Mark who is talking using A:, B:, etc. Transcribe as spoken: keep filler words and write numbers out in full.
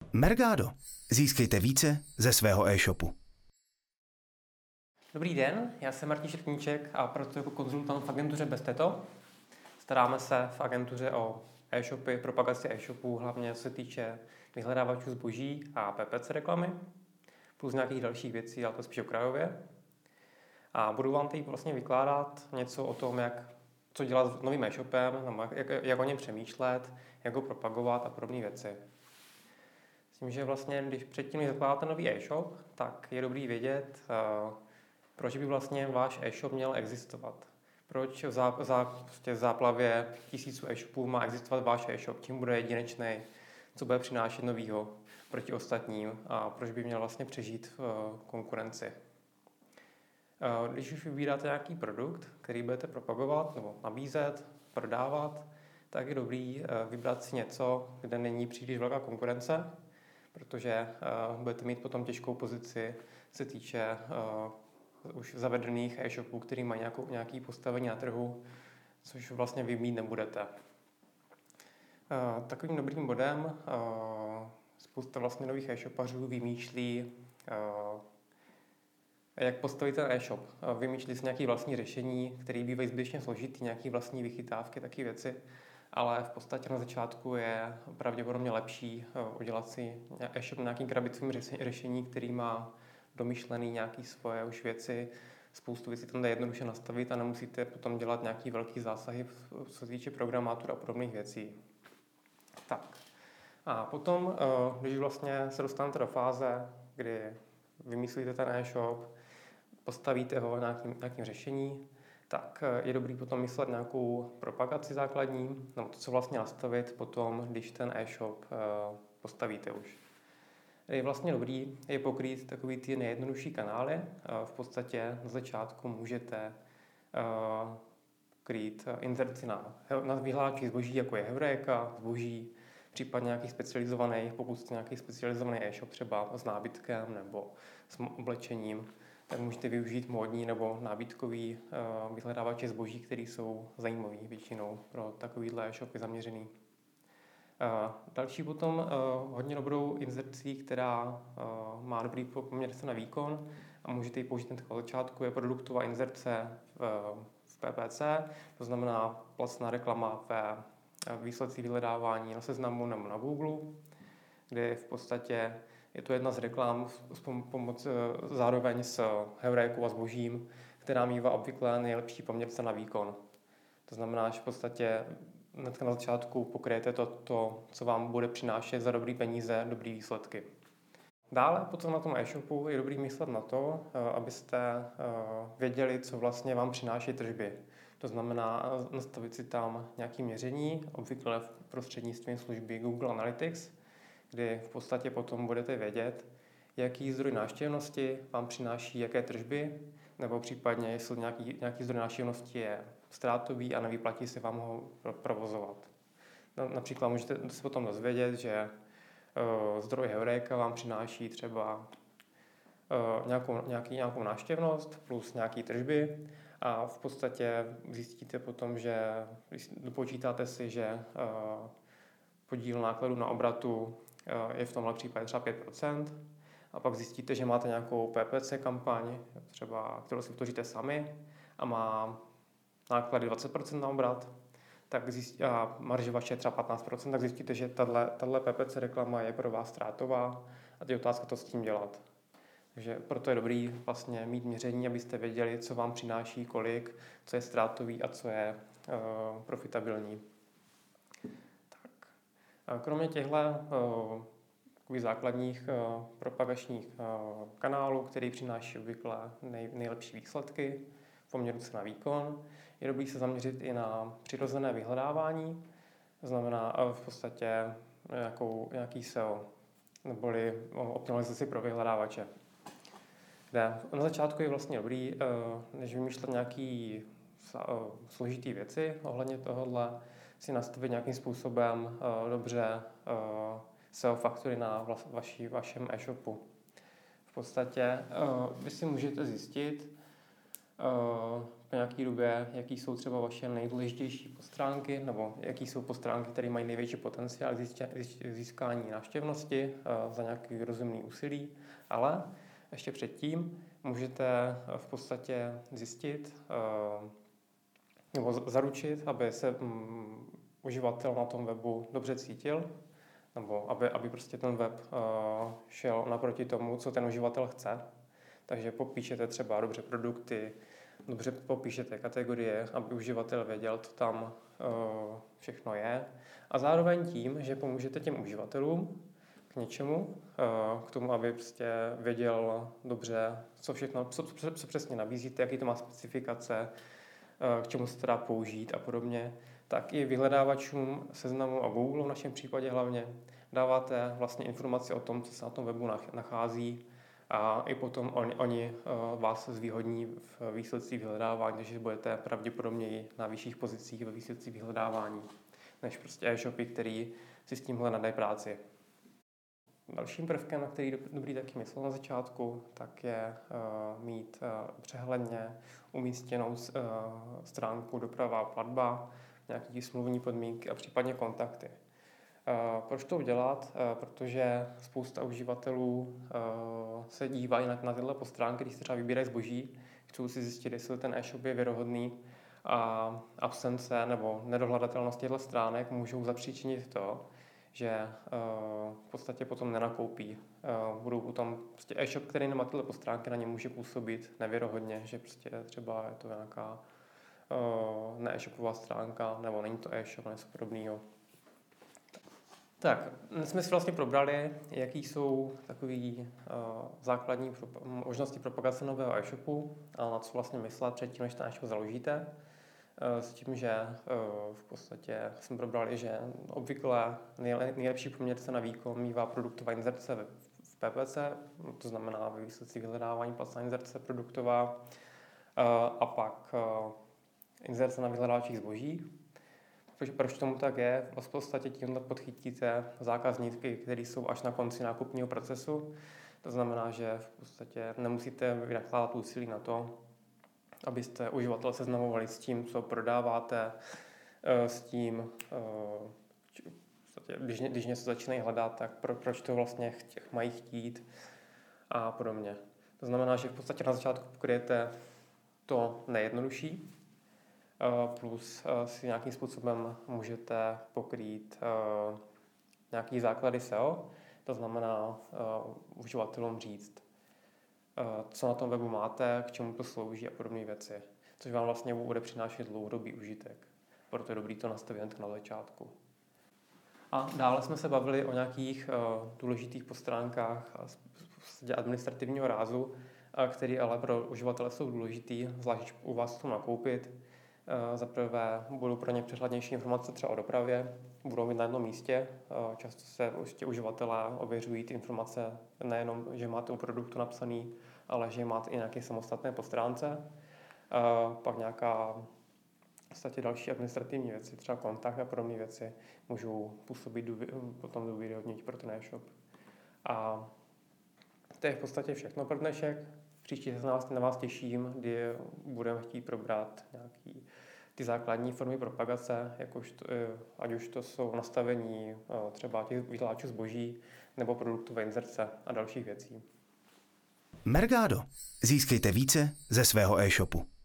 A: Mergado. Získejte více ze svého e-shopu.
B: Dobrý den, já jsem Martin Šrtníček a pracuji jako konzultant v agentuře Besteto. Staráme se v agentuře o e-shopy, propagaci e-shopů, hlavně co se týče vyhledávačů zboží a P P C reklamy, plus nějakých dalších věcí, ale to spíš okrajově. A budu vám teď vlastně vykládat něco o tom, jak, co dělat s novým e-shopem, jak, jak o něm přemýšlet, jak ho propagovat a podobné věci. Myslím, že vlastně, když předtím zakládáte nový e-shop, tak je dobrý vědět, uh, proč by vlastně váš e-shop měl existovat. Proč v, zá, zá, prostě v záplavě tisíců e-shopů má existovat váš e-shop, tím bude jedinečný, co bude přinášet novýho proti ostatním a proč by měl vlastně přežít v uh, konkurenci. Uh, když už vybíráte nějaký produkt, který budete propagovat nebo nabízet, prodávat, tak je dobrý uh, vybrat si něco, kde není příliš velká konkurence, protože uh, budete mít potom těžkou pozici, se týče uh, už zavedených e-shopů, který mají nějakou, nějaký postavení na trhu, což vlastně vy mít nebudete. Uh, takovým dobrým bodem uh, spousta vlastně nových e-shopařů vymýšlí, uh, jak postavit ten e-shop. Uh, vymýšlí si nějaké vlastní řešení, které bývají zbytečně složitý, nějaké vlastní vychytávky, taky věci. Ale v podstatě na začátku je pravděpodobně lepší udělat si e-shop na nějakým krabicovým řešení, který má domyšlený nějaké svoje už věci. Spoustu věcí tam jde jednoduše nastavit a nemusíte potom dělat nějaký velký zásahy, co se týče programátur a podobných věcí. Tak. A potom, když vlastně se dostanete do fáze, kdy vymyslíte ten e-shop, postavíte ho nějakým, nějakým řešení, tak je dobrý potom myslet nějakou propagaci základní, nebo to, co vlastně nastavit potom, když ten e-shop uh, postavíte už. Je vlastně dobrý je pokrýt takový ty nejjednodušší kanály. Uh, v podstatě na začátku můžete uh, krýt inzerci na, na vyhlášky zboží, jako je Heureka, zboží, případně nějaký specializovaný, pokud jste nějaký specializovaný e-shop třeba s nábytkem nebo s oblečením, tak můžete využít módní nebo nábytkový uh, vyhledávače zboží, které jsou zajímavý většinou pro takovýhle e-shopy zaměřený. Uh, další potom uh, hodně dobrou inzercí, která uh, má dobrý poměr na výkon a můžete ji použít hned od začátku, je produktová inzerce v, v P P C, to znamená placná reklama ve výsledcích vyhledávání na Seznamu nebo na Google, kde v podstatě je to jedna z reklam s pomoc, zároveň s Heurékou a zbožím, která mívá obvykle nejlepší poměr na výkon. To znamená, že v podstatě hned na začátku pokryjete to, to, co vám bude přinášet za dobrý peníze, dobrý výsledky. Dále potom na tom e-shopu je dobrý myslet na to, abyste věděli, co vlastně vám přináší tržby. To znamená nastavit si tam nějaké měření, obvykle v prostřednictvím služby Google Analytics, kdy v podstatě potom budete vědět, jaký zdroj návštěvnosti vám přináší jaké tržby, nebo případně, jestli nějaký, nějaký zdroj návštěvnosti je ztrátový a nevyplatí se vám ho provozovat. Například můžete se potom dozvědět, že uh, zdroj Heureka vám přináší třeba uh, nějakou, nějaký, nějakou návštěvnost plus nějaké tržby a v podstatě zjistíte potom, že dopočítáte si, že uh, podíl nákladu na obratu je v tomhle případě třeba pět procent a pak zjistíte, že máte nějakou P P C kampaň, třeba, kterou si vytvoříte sami a má náklady dvacet procent na obrat, tak zjistí, a marže vaše je třeba patnáct procent, tak zjistíte, že tahle P P C reklama je pro vás ztrátová a je otázka, to s tím dělat. Takže proto je dobrý vlastně mít měření, abyste věděli, co vám přináší kolik, co je ztrátový a co je uh, profitabilní. Kromě těchto uh, základních uh, propagačních uh, kanálů, který přináší obvykle nej, nejlepší výsledky v poměru cena výkon, je dobré se zaměřit i na přirozené vyhledávání, to znamená uh, v podstatě nějakou, nějaký S E O, neboli optimalizaci pro vyhledávače. Kde na začátku je vlastně dobrý, uh, než vymýšlet nějaké uh, složité věci ohledně tohohle, si nastavit nějakým způsobem uh, dobře uh, S E O faktory na vla, vaši, vašem e-shopu. V podstatě uh, vy si můžete zjistit, po nějaké době, jaký jsou třeba vaše nejdůležitější podstránky, nebo jaký jsou podstránky, které mají největší potenciál získání návštěvnosti za nějaký rozumný úsilí, ale ještě předtím můžete v podstatě zjistit nebo zaručit, aby se uživatel na tom webu dobře cítil, nebo aby, aby prostě ten web šel naproti tomu, co ten uživatel chce. Takže popíšete třeba dobře produkty, dobře popíšete kategorie, aby uživatel věděl, co tam uh, všechno je. A zároveň tím, že pomůžete těm uživatelům k něčemu, uh, k tomu, aby prostě věděl dobře, co všechno, co, co, co přesně nabízíte, jaký to má specifikace, uh, k čemu se to dá použít a podobně, tak i vyhledávačům Seznamu a Google v našem případě hlavně dáváte vlastně informace o tom, co se na tom webu nachází, a i potom oni, oni uh, vás zvýhodní v výsledcích vyhledávání, takže budete pravděpodobně na vyšších pozicích ve výsledcích vyhledávání, než prostě e-shopy, který si s tímhle nadají práci. Dalším prvkem, na který dobrý taky myslel na začátku, tak je uh, mít uh, přehledně umístěnou uh, stránku doprava a platba, nějaké smluvní podmínky a případně kontakty. Uh, proč to udělat? Uh, protože spousta uživatelů uh, se dívají na, na tyhle postránky, když se třeba vybírají zboží, chcou si zjistit, jestli ten e-shop je věrohodný a absence nebo nedohledatelnost těchto stránek můžou zapříčinit to, že uh, v podstatě potom nenakoupí. Uh, budou potom prostě e-shop, který nemá tyhle postránky, na ně může působit nevěrohodně, že prostě třeba je to nějaká uh, ne-e-shopová stránka nebo není to e-shop, něco podobného. Tak, jsme si vlastně probrali, jaký jsou takový uh, základní pro, možnosti propagace nového e-shopu a na co vlastně myslet předtím, než ten e-shop založíte. Uh, s tím, že uh, v podstatě jsme probrali, že obvykle nejle, nejlepší poměrce na výkon mívá produktová inzerce v, v P P C, to znamená ve výsledcích vyhledávání placená inzerce produktová uh, a pak uh, inzerce na vyhledávačích zboží. Proč tomu tak je? V podstatě tímhle podchytíte zákazníky, kteří jsou až na konci nákupního procesu. To znamená, že v podstatě nemusíte vynakládat úsilí na to, abyste uživatele seznamovali s tím, co prodáváte, s tím, v podstatě, když, když něco začínají hledat, tak pro, proč to vlastně chtě, mají chtít a podobně. To znamená, že v podstatě na začátku pokryjete to nejjednodušší, plus si nějakým způsobem můžete pokrýt nějaký základy S E O, to znamená uživatelům říct, co na tom webu máte, k čemu to slouží a podobné věci, což vám vlastně bude přinášet dlouhodobý užitek. Proto je dobrý to nastavit jen na začátku. A dále jsme se bavili o nějakých důležitých postránkách administrativního rázu, které ale pro uživatele jsou důležitý, zvlášť u vás chcou nakoupit. Za prvé budou pro ně přehlednější informace třeba o dopravě, budou mít na jednom místě. Často se prostě uživatelé ověřují ty informace nejenom, že máte u produktu napsaný, ale že máte i nějaké samostatné postránce. Pak nějaká v podstatě další administrativní věci, třeba kontakt a podobné věci, můžou působit důvě- potom důvěryhodněji pro ten e-shop. A to je v podstatě všechno pro dnešek. Příště se na vás, na vás těším, kdy budeme chtít probrat nějaký ty základní formy propagace, jakož to, ať už to jsou nastavení třeba těch vyhláčů zboží nebo produktové inzerce a dalších věcí.
A: Mergado. Získejte více ze svého e-shopu.